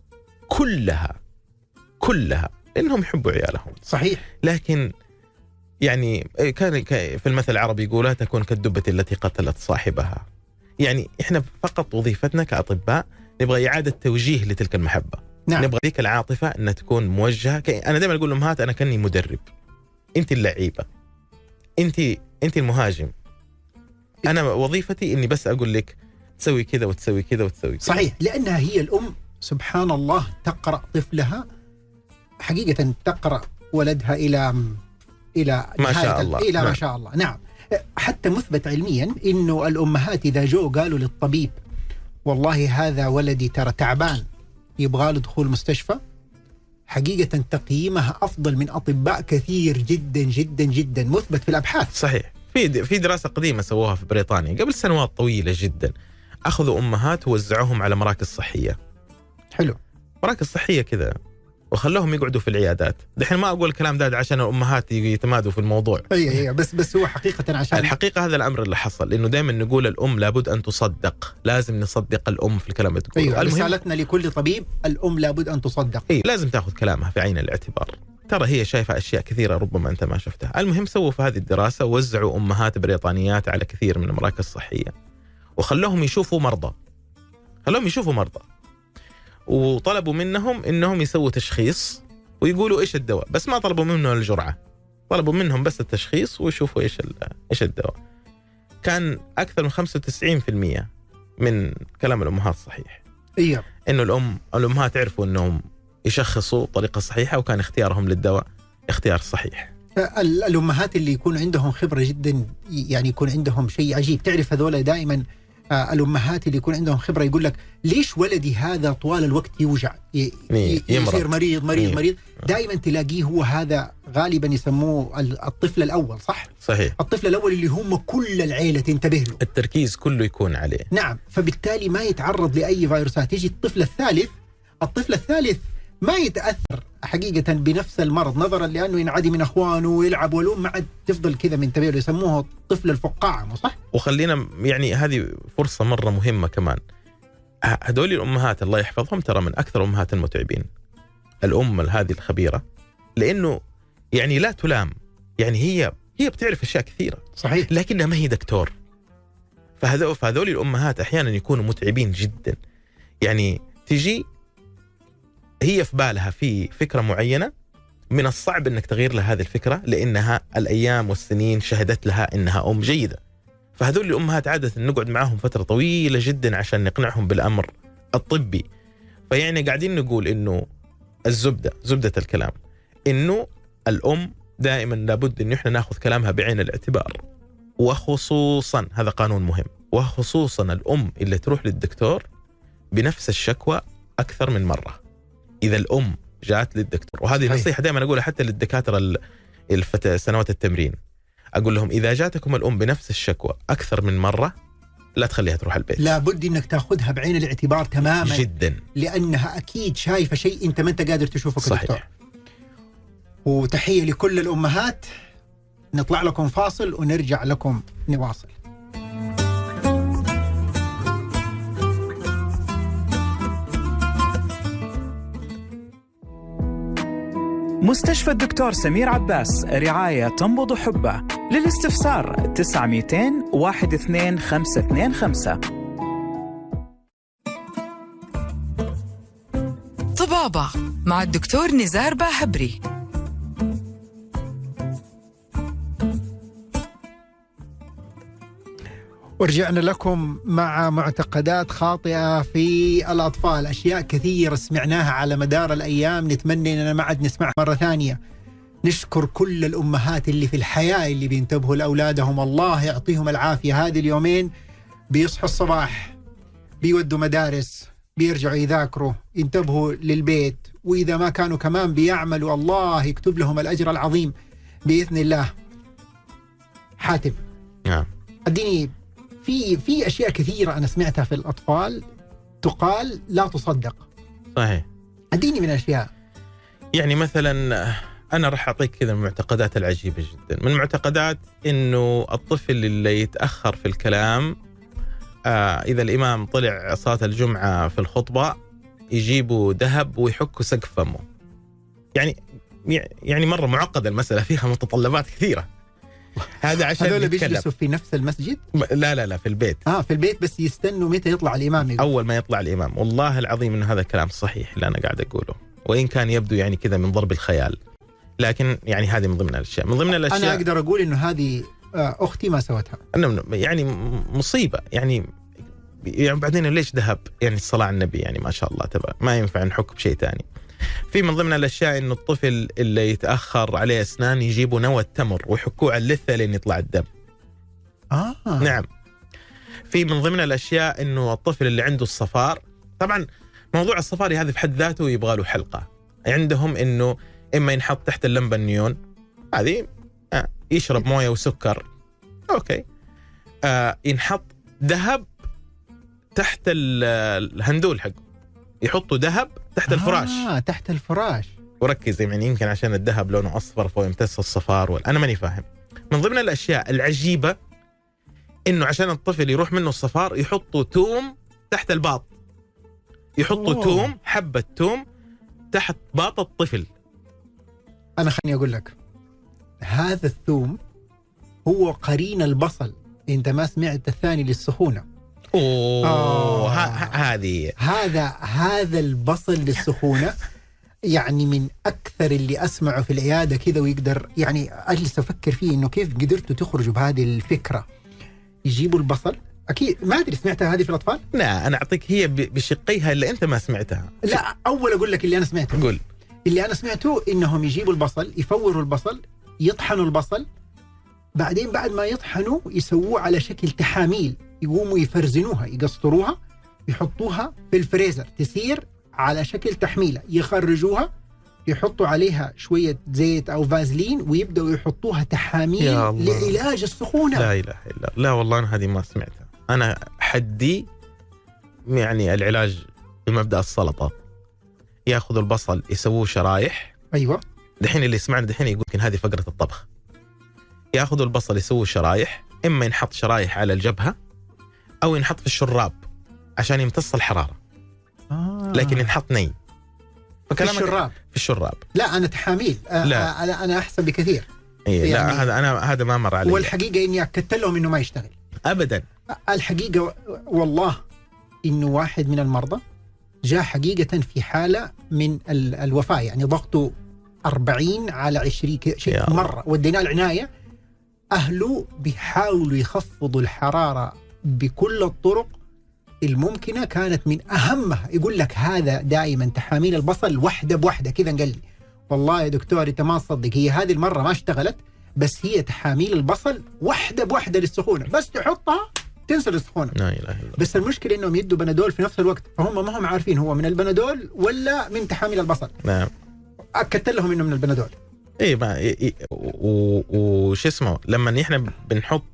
كلها إنهم يحبوا عيالهم. صحيح. لكن يعني كان في المثل العربي يقول لا تكون كالدبة التي قتلت صاحبها. يعني إحنا فقط وظيفتنا كأطباء نبغى إعادة توجيه لتلك المحبة. نعم. نبغى ذيك العاطفة أن تكون موجهة. أنا دائما أقول لأمهات أنا كني مدرب، أنت اللعيبة، أنت المهاجم، أنا وظيفتي إني بس أقول لك تسوي كذا وتسوي كذا وتسوي كذا. صحيح، لأنها هي الأم سبحان الله تقرأ طفلها، حقيقة تقرأ ولدها إلى ما شاء الله، إلى نعم. ما شاء الله. نعم. حتى مثبت علميا إنه الأمهات إذا جو قالوا للطبيب والله هذا ولدي ترى تعبان يبغى له دخول مستشفى، حقيقة تقييمها أفضل من أطباء كثير جدا جدا جدا، مثبت في الأبحاث. صحيح. في دراسة قديمة سووها في بريطانيا قبل سنوات طويلة جدا، أخذوا أمهات ووزعوهم على مراكز صحية. حلو. مراكز صحية كذا، وخلوهم يقعدوا في العيادات. دحين ما أقول الكلام ده عشان الأمهات يتمادوا في الموضوع، أي بس هو حقيقة عشان الحقيقة هذا الأمر اللي حصل، لأنه دائما نقول الأم لابد أن تصدق، لازم نصدق الأم في الكلام اللي تقوله. أيوة، رسالتنا لكل طبيب، الأم لابد أن تصدق. لازم تأخذ كلامها في عين الاعتبار، ترى هي شايفة أشياء كثيرة ربما أنت ما شفتها. المهم سووا في هذه الدراسة ووزعوا أمهات بريطانيات على كثير من المراكز الصحية، وخلوهم يشوفوا مرضى، وطلبوا منهم إنهم يسووا تشخيص ويقولوا إيش الدواء، بس ما طلبوا منهم الجرعة، طلبوا منهم بس التشخيص ويشوفوا إيش الدواء. كان أكثر من 95% من كلام الأمهات صحيح. إيه. إنه الأمهات عرفوا إنهم يشخصوا طريقة صحيحة، وكان اختيارهم للدواء اختيار صحيح. الأمهات اللي يكون عندهم خبرة جدا، يعني يكون عندهم شيء عجيب. تعرف هذول دائما الأمهات اللي يكون عندهم خبرة يقول لك ليش ولدي هذا طوال الوقت يوجع، يصير مريض. دائما تلاقيه هو هذا، غالبا يسموه الطفل الأول. صحيح. الطفل الأول اللي هم كل العيلة تنتبه له، التركيز كله يكون عليه. نعم. فبالتالي ما يتعرض لأي فيروسات. يجي الطفل الثالث ما يتأثر حقيقة بنفس المرض، نظرا لأنه ينعدي من أخوانه ويلعب، والأم ما عاد تفضل كذا منتبه له، يسموه طفل الفقاعة. صح؟ وخلينا يعني هذه فرصة مرة مهمة كمان، هذول الأمهات الله يحفظهم ترى من أكثر أمهات المتعبين. الأم هذه الخبيرة، لأنه يعني لا تلام، يعني هي بتعرف أشياء كثيرة صحيح، لكنها ما هي دكتور. فهذول الأمهات أحيانا يكونوا متعبين جدا. يعني تجي هي في بالها في فكرة معينة، من الصعب أنك تغير لها هذه الفكرة، لأنها الأيام والسنين شهدت لها أنها أم جيدة. فهذول الأمهات عادة نقعد معهم فترة طويلة جدا عشان نقنعهم بالأمر الطبي. فيعني قاعدين نقول أنه زبدة الكلام أنه الأم دائما لابد أن احنا نأخذ كلامها بعين الاعتبار، وخصوصا هذا قانون مهم، وخصوصا الأم اللي تروح للدكتور بنفس الشكوى أكثر من مرة. إذا الأم جاءت للدكتور، وهذه نصيحة دائما أقولها حتى للدكاترة سنوات التمرين، أقول لهم إذا جاتكم الأم بنفس الشكوى أكثر من مرة لا تخليها تروح البيت، لابد إنك تأخذها بعين الاعتبار تماما جدا، لأنها أكيد شايفة شيء أنت ما أنت قادر تشوفه كدكتور. صحيح. وتحية لكل الأمهات. نطلع لكم فاصل ونرجع لكم نواصل. مستشفى الدكتور سمير عباس، رعاية تنبض حبه. للاستفسار 900 12525. طبابة مع الدكتور نزار باحبري. ورجعنا لكم مع معتقدات خاطئة في الأطفال. أشياء كثيرة سمعناها على مدار الأيام، نتمنى أننا ما عاد نسمعها مرة ثانية. نشكر كل الأمهات اللي في الحياة اللي بينتبهوا لأولادهم، الله يعطيهم العافية. هذه اليومين بيصحوا الصباح، بيودوا مدارس، بيرجعوا يذاكروا، ينتبهوا للبيت، وإذا ما كانوا كمان بيعملوا، الله يكتب لهم الأجر العظيم بإذن الله. حاتم، اديني في أشياء كثيرة أنا سمعتها في الأطفال تقال لا تصدق. صحيح. اديني من أشياء. يعني مثلا أنا راح أعطيك كذا المعتقدات العجيبة جدا. من المعتقدات إنه الطفل اللي يتأخر في الكلام، إذا الإمام طلع صلاة الجمعة في الخطبة يجيبوا ذهب ويحكوا سقف فمه. يعني مرة معقدة المسألة، فيها متطلبات كثيرة. هذا عشان هذول بيجلسوا في نفس المسجد؟ لا في البيت. في البيت، بس يستنوا متى يطلع الإمام يقول. أول ما يطلع الإمام. والله العظيم إنه هذا الكلام صحيح اللي أنا قاعد أقوله، وإن كان يبدو يعني كذا من ضرب الخيال، لكن يعني هذه من ضمن الأشياء. أنا أقدر أقول إنه هذه أختي ما سوتها. يعني مصيبة. يعني بعدين ليش ذهب؟ يعني الصلاة على النبي، يعني ما شاء الله تبارك، ما ينفع نحك بشيء تاني. في من ضمن الأشياء إنه الطفل اللي يتأخر عليه أسنان يجيبوا نوى تمر ويحكوه على اللثة لين يطلع الدم. نعم. في من ضمن الأشياء إنه الطفل اللي عنده الصفار، طبعا موضوع الصفار هذا في حد ذاته يبغى له حلقة. عندهم إنه إما ينحط تحت اللمبة النيون، هذه يشرب موية وسكر، أوكي. ينحط ذهب تحت الهندول حقه، يحطوا ذهب تحت الفراش. تحت الفراش. وركز يعني يمكن عشان الذهب لونه أصفر فيمتص الصفار أنا ماني فاهم. من ضمن الأشياء العجيبة إنه عشان الطفل يروح منه الصفار يحطوا توم تحت الباط، يحطوا توم، حبة توم تحت باط الطفل. أنا خليني أقول لك، هذا الثوم هو قرين البصل. أنت ما سمعت الثاني للسخونة. هذا البصل للسخونة يعني من أكثر اللي أسمعه في العيادة كذا، ويقدر يعني أجلس أفكر فيه إنه كيف قدرتوا تخرجوا بهذه الفكرة. يجيبوا البصل، أكيد ما أدري سمعتها هذه في الأطفال؟ لا أنا أعطيك هي بشقيها اللي أنت ما سمعتها. لا أول أقول لك اللي أنا سمعته. قول. اللي أنا سمعته إنهم يجيبوا البصل، يفوروا البصل، يطحنوا البصل، بعدين بعد ما يطحنوا يسووه على شكل تحاميل، يقوموا يفرزنوها، يقسطروها، يحطوها في الفريزر تسير على شكل تحميلة، يخرجوها، يحطوا عليها شوية زيت أو فازلين، ويبدأوا يحطوها تحاميل لعلاج السخونة. لا إله إلا لا والله أنا هذه ما سمعتها. أنا حدي يعني العلاج بمبدأ السلطة، ياخذوا البصل يسووه شرايح. أيوة. دحين اللي يسمعنا دحين يقول لكن هذه فقرة الطبخ. ياخذوا البصل يسووه شرايح، إما ينحط شرايح على الجبهة أو ينحط في الشراب عشان يمتص الحرارة. لكن ينحط ني. في الشراب. في الشراب. لا أنا تحاميل. لا أنا أحسن بكثير. إيه يعني لا هذا ما مر علي. والحقيقة إني أكدت لهم إنه ما يشتغل أبدا. الحقيقة والله إنه واحد من المرضى جاء حقيقة في حالة من الوفاة، يعني ضغطه 40 على 20 شيء مرة، وديناه العناية. أهله بيحاولوا يخفضوا الحرارة بكل الطرق الممكنة، كانت من أهمها يقول لك هذا دائما تحاميل البصل وحدة بوحدة كذا. قال لي والله يا دكتور أنت ما تصدق، هي هذه المرة ما اشتغلت، بس هي تحاميل البصل وحدة بوحدة للسخونة، بس تحطها تنسى السخونة. لا إله إلا الله. بس المشكلة إنهم يدوا بنادول في نفس الوقت، فهم ما هم عارفين هو من البنادول ولا من تحاميل البصل. نعم. أكدت لهم إنه من البنادول. إيه ما وش اسمه لما إحنا بنحط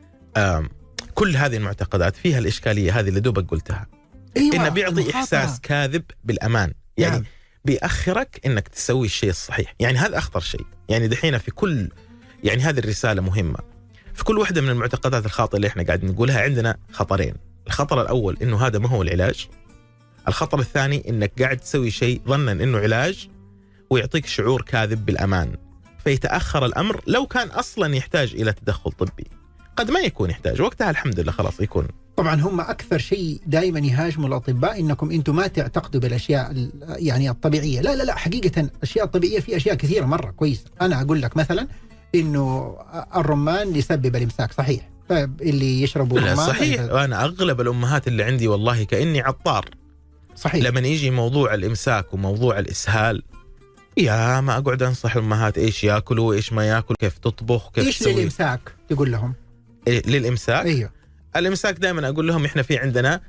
كل هذه المعتقدات فيها الإشكالية هذه اللي دوبك قلتها. أيوة. إنه بيعطي إحساس كاذب بالأمان، يعني نعم. بيأخرك إنك تسوي الشيء الصحيح، يعني هذا أخطر شيء. يعني دحين في كل يعني هذه الرسالة مهمة، في كل واحدة من المعتقدات الخاطئة اللي إحنا قاعد نقولها عندنا خطرين. الخطر الأول إنه هذا ما هو العلاج. الخطر الثاني إنك قاعد تسوي شيء ظنا إنه علاج ويعطيك شعور كاذب بالأمان، فيتأخر الأمر. لو كان أصلا يحتاج إلى تدخل طبي قد ما يكون يحتاج، وقتها الحمد لله خلاص يكون. طبعا هم أكثر شيء دائما يهاجموا الأطباء إنكم أنتم ما تعتقدوا بالأشياء يعني الطبيعية. لا حقيقة الأشياء الطبيعية في أشياء كثيرة مرة كويسة. أنا أقول لك مثلا إنه الرمان يسبب الإمساك، صحيح؟ اللي يشربوا رمان صحيح. وأنا أغلب الأمهات اللي عندي والله كأني عطار. صحيح. لما يجي موضوع الإمساك وموضوع الإسهال يا ما أقعد أنصح الأمهات إيش يأكلوا إيش ما يأكلوا، كيف تطبخ، كيف إيش للإمساك تقول لهم؟ للإمساك؟ أيوه. الإمساك دائما أقول لهم إحنا في عندنا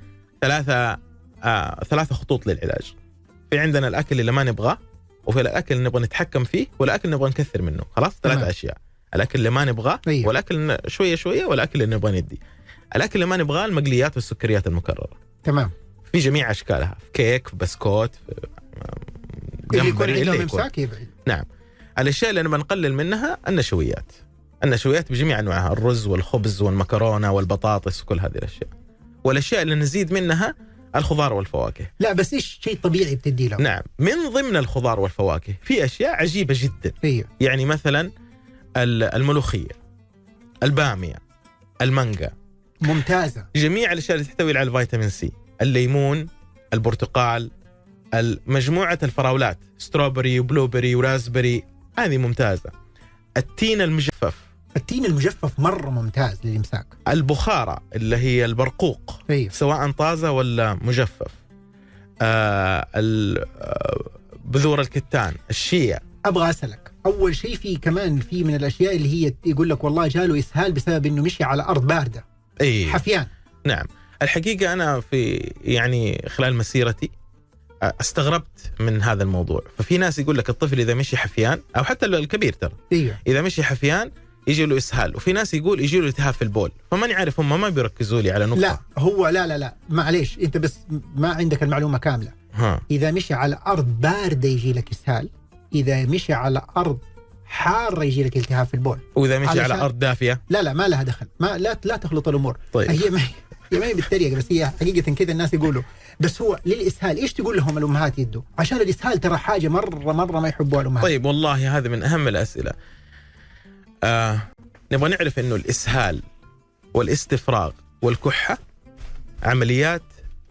ثلاثة خطوط للعلاج. في عندنا الأكل اللي ما نبغاه، وفي الأكل اللي نبغى نتحكم فيه، والأكل اللي نبغى نكثر منه. خلاص 3 أشياء: الأكل اللي ما نبغاه، أيوه. والأكل شوية شوية، والأكل اللي نبغى ندي. الأكل اللي ما نبغاه المقليات والسكريات المكررة. تمام. في جميع أشكالها، في كيك، في بسكوت، في جمبري، اللي إمساك يبعد. نعم. الأشياء اللي نبغى نقلل منها النشويات بجميع أنواعها، الرز والخبز والمكرونة والبطاطس وكل هذه الأشياء. والأشياء اللي نزيد منها الخضار والفواكه. لا بس إيش شيء طبيعي بتدي له؟ نعم. من ضمن الخضار والفواكه في أشياء عجيبة جدا. أيوه. يعني مثلا الملوخية، البامية، المانجا، ممتازة. جميع الأشياء اللي تحتوي على الفيتامين سي، الليمون، البرتقال، مجموعة الفراولات، ستروبري وبلوبري ورازبري، هذه ممتازة. التين المجفف مرة ممتاز للإمساك. البخارة اللي هي البرقوق، أيوه. سواء طازة ولا مجفف. بذور الكتان، الشيا. أبغى أسألك أول شيء، في كمان في من الأشياء اللي هي يقول لك والله جاله إسهال بسبب إنه مشي على أرض باردة. أيه. حفيان. نعم. الحقيقة أنا في يعني خلال مسيرتي استغربت من هذا الموضوع. ففي ناس يقول لك الطفل إذا مشي حفيان، أو حتى الكبير ترى، أيوه. إذا مشي حفيان يجي له إسهال، وفي ناس يقول يجي له التهاب في البول. فما نعرف، هم ما بيركزوا لي على نقطة. لا هو لا معليش، أنت بس ما عندك المعلومة كاملة. إذا مشي على أرض باردة يجي لك إسهال، إذا مشي على أرض حارة يجي لك التهاب في البول، وإذا مشي على أرض دافية لا ما لها دخل، لا تخلط الأمور. طيب. هي ما هي بالطريقة، بس هي حقيقة كذا الناس يقولوا. بس هو للإسهال إيش تقول لهم الأمهات يدوا؟ عشان الإسهال ترى حاجة مرة ما يحبوها الأمهات. طيب والله هذا من أهم الأسئلة. نبغى نعرف إنه الإسهال والاستفراغ والكحة عمليات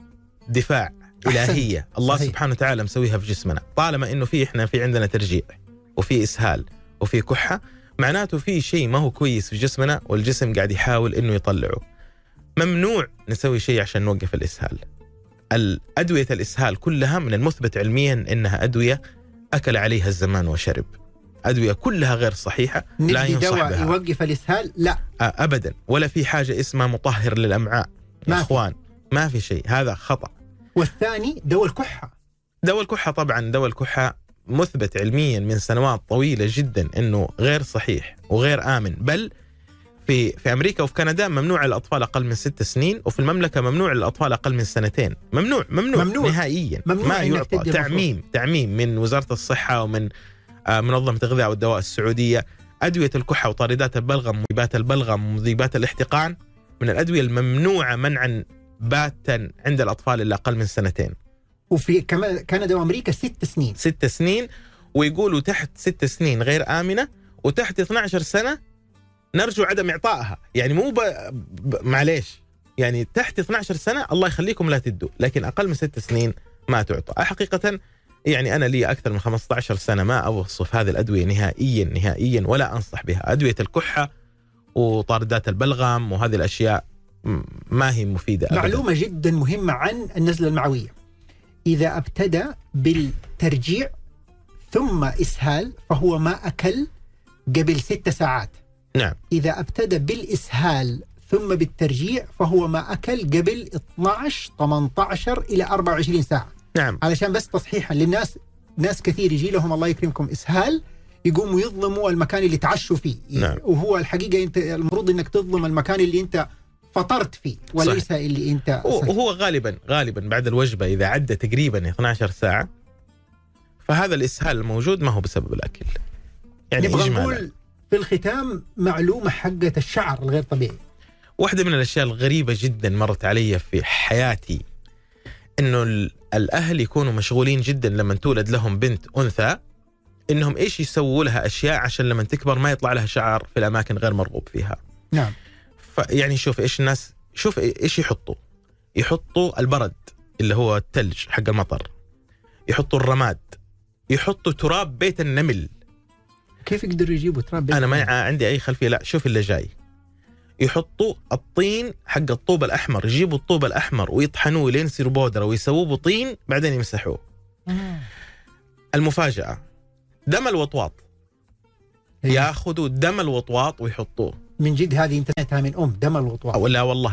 دفاع إلهية الله صحيح. سبحانه وتعالى مسويها في جسمنا. طالما إنه إحنا في عندنا ترجيع وفي إسهال وفي كحة، معناته في شيء ما هو كويس في جسمنا، والجسم قاعد يحاول إنه يطلعه. ممنوع نسوي شيء عشان نوقف الإسهال. الأدوية الإسهال كلها من المثبت علميا إنها أدوية أكل عليها الزمان وشرب، أدوية كلها غير صحيحة، لا ينصح بها. دواء يوقف الإسهال لا أبدا، ولا في حاجة اسمها مطهر للأمعاء يا إخوان، ما في شيء، هذا خطأ. والثاني دواء الكحة. دواء الكحة طبعا دواء الكحة مثبت علميا من سنوات طويلة جدا إنه غير صحيح وغير آمن. بل في أمريكا وفي كندا ممنوع الأطفال أقل من 6 سنين، وفي المملكة ممنوع الأطفال أقل من 2 ممنوع نهائيا. ممنوع ما يعطى تعميم من وزارة الصحة ومن منظمة الغذاء والدواء السعودية. أدوية الكحة وطاردات البلغم ومذيبات البلغم ومذيبات الاحتقان من الأدوية الممنوعة منعا باتا عند الأطفال اللي أقل من 2. وفي كندا وأمريكا 6 سنين. 6 سنين، ويقولوا تحت 6 سنين غير آمنة، وتحت 12 سنة نرجو عدم إعطائها. يعني مو معليش، يعني تحت 12 سنة الله يخليكم لا تدوا، لكن أقل من 6 سنين ما تعطى. حقيقة يعني أنا لي أكثر من 15 سنة ما أوصف هذه الأدوية نهائيا ولا أنصح بها. أدوية الكحة وطاردات البلغم وهذه الأشياء ما هي مفيدة أبداً. معلومة جدا مهمة عن النزلة المعوية: إذا ابتدى بالترجيع ثم إسهال فهو ما أكل قبل 6 ساعات. نعم. إذا ابتدى بالإسهال ثم بالترجيع فهو ما أكل قبل 12 18 إلى 24 ساعة. نعم. علشان بس تصحيحا للناس، ناس كثير يجي لهم الله يكرمكم إسهال يقوموا يظلموا المكان اللي تعشوا فيه. نعم. وهو الحقيقة أنت المفروض أنك تظلم المكان اللي أنت فطرت فيه وليس صحيح. اللي أنت وهو غالبا بعد الوجبة إذا عدى تقريبا 12 ساعة فهذا الإسهال الموجود ما هو بسبب الأكل. يعني نبغى نقول في الختام معلومة حقة الشعر الغير طبيعي. واحدة من الأشياء الغريبة جدا مرت علي في حياتي إنه الأهل يكونوا مشغولين جدا لما تولد لهم بنت أنثى، إنهم إيش يسووا لها أشياء عشان لما تكبر ما يطلع لها شعر في الأماكن غير مرغوب فيها. نعم. يعني شوف إيش الناس، شوف إيش يحطوا البرد اللي هو الثلج حق المطر، يحطوا الرماد، يحطوا تراب بيت النمل. كيف يقدروا يجيبوا تراب بيت أنا ما عندي أي خلفية، لا شوف اللي جاي. يحطوا الطين حق الطوب الأحمر، يجيبوا الطوب الأحمر ويطحنوه لين يصير بودرة ويسووه طين بعدين يمسحوه. المفاجأة دم الوطواط، ياخذوا دم الوطواط ويحطوه. من جد هذه انت سمعتها من دم الوطواط؟ ولا والله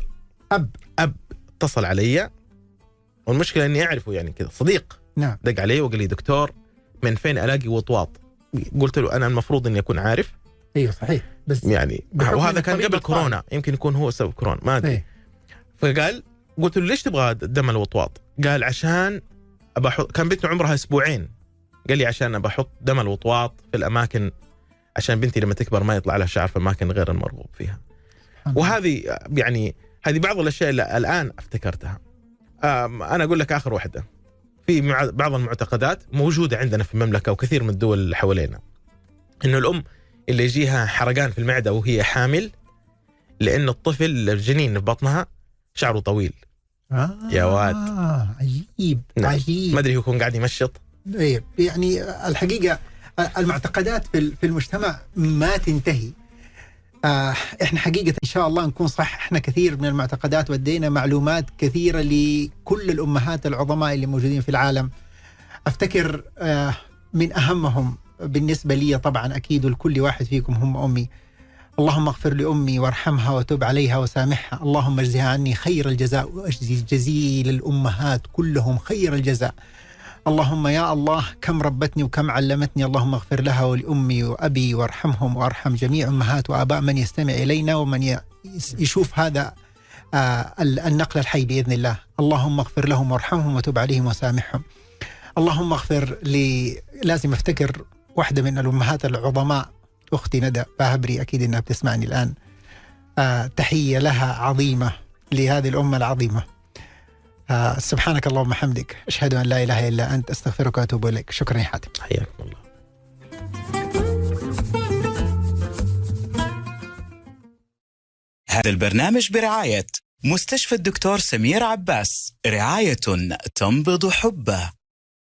أب اتصل علي، والمشكلة إني أعرفه يعني كذا صديق. نعم. دق علي وقال لي دكتور من فين ألاقي وطواط؟ قلت له أنا المفروض إني أكون عارف. ايوه صحيح، بس يعني وهذا كان قبل كورونا، يمكن يكون هو سبب كورونا ما ادري. فقال قلت له ليش تبغى دم الوطواط؟ قال عشان كان بنته عمرها 2 أسبوع. قال لي عشان ابى احط دم الوطواط في الاماكن عشان بنتي لما تكبر ما يطلع لها شعر في اماكن غير المرغوب فيها. وهذه يعني هذه بعض الاشياء اللي الان افتكرتها. انا اقول لك اخر واحده، في بعض المعتقدات موجوده عندنا في المملكه وكثير من الدول اللي حوالينا، انه الام اللي يجيها حرقان في المعدة وهي حامل لأن الطفل الجنين في بطنها شعره طويل. يا واد عجيب. نعم. عجيب. ما أدري يكون قاعد يمشط. يعني الحقيقة المعتقدات في المجتمع ما تنتهي. إحنا حقيقة إن شاء الله نكون صح، إحنا كثير من المعتقدات ودينا معلومات كثيرة لكل الأمهات العظماء اللي موجودين في العالم. أفتكر من أهمهم بالنسبة لي طبعا أكيد ولكل واحد فيكم هم أمي. اللهم اغفر لأمي وارحمها وتب عليها وسامحها، اللهم اجزها عني خير الجزاء واجزي جزيل الأمهات كلهم خير الجزاء. اللهم يا الله كم ربتني وكم علمتني، اللهم اغفر لها ولأمي وأبي وارحمهم وارحم جميع أمهات وآباء من يستمع إلينا ومن يشوف هذا النقل الحي بإذن الله. اللهم اغفر لهم وارحمهم وتب عليهم وسامحهم. اللهم اغفر لي، لازم افتكر واحدة من الأمهات العظماء، أختي ندى باهبري، أكيد إنها بتسمعني الآن. تحية لها عظيمة لهذه الأمة العظيمة. سبحانك اللهم وبحمدك، أشهد أن لا إله إلا أنت، أستغفرك وأتوب إليك. شكرا يا حاتم. حياكم الله. هذا البرنامج برعاية مستشفى الدكتور سمير عباس، رعاية تنبض حبه.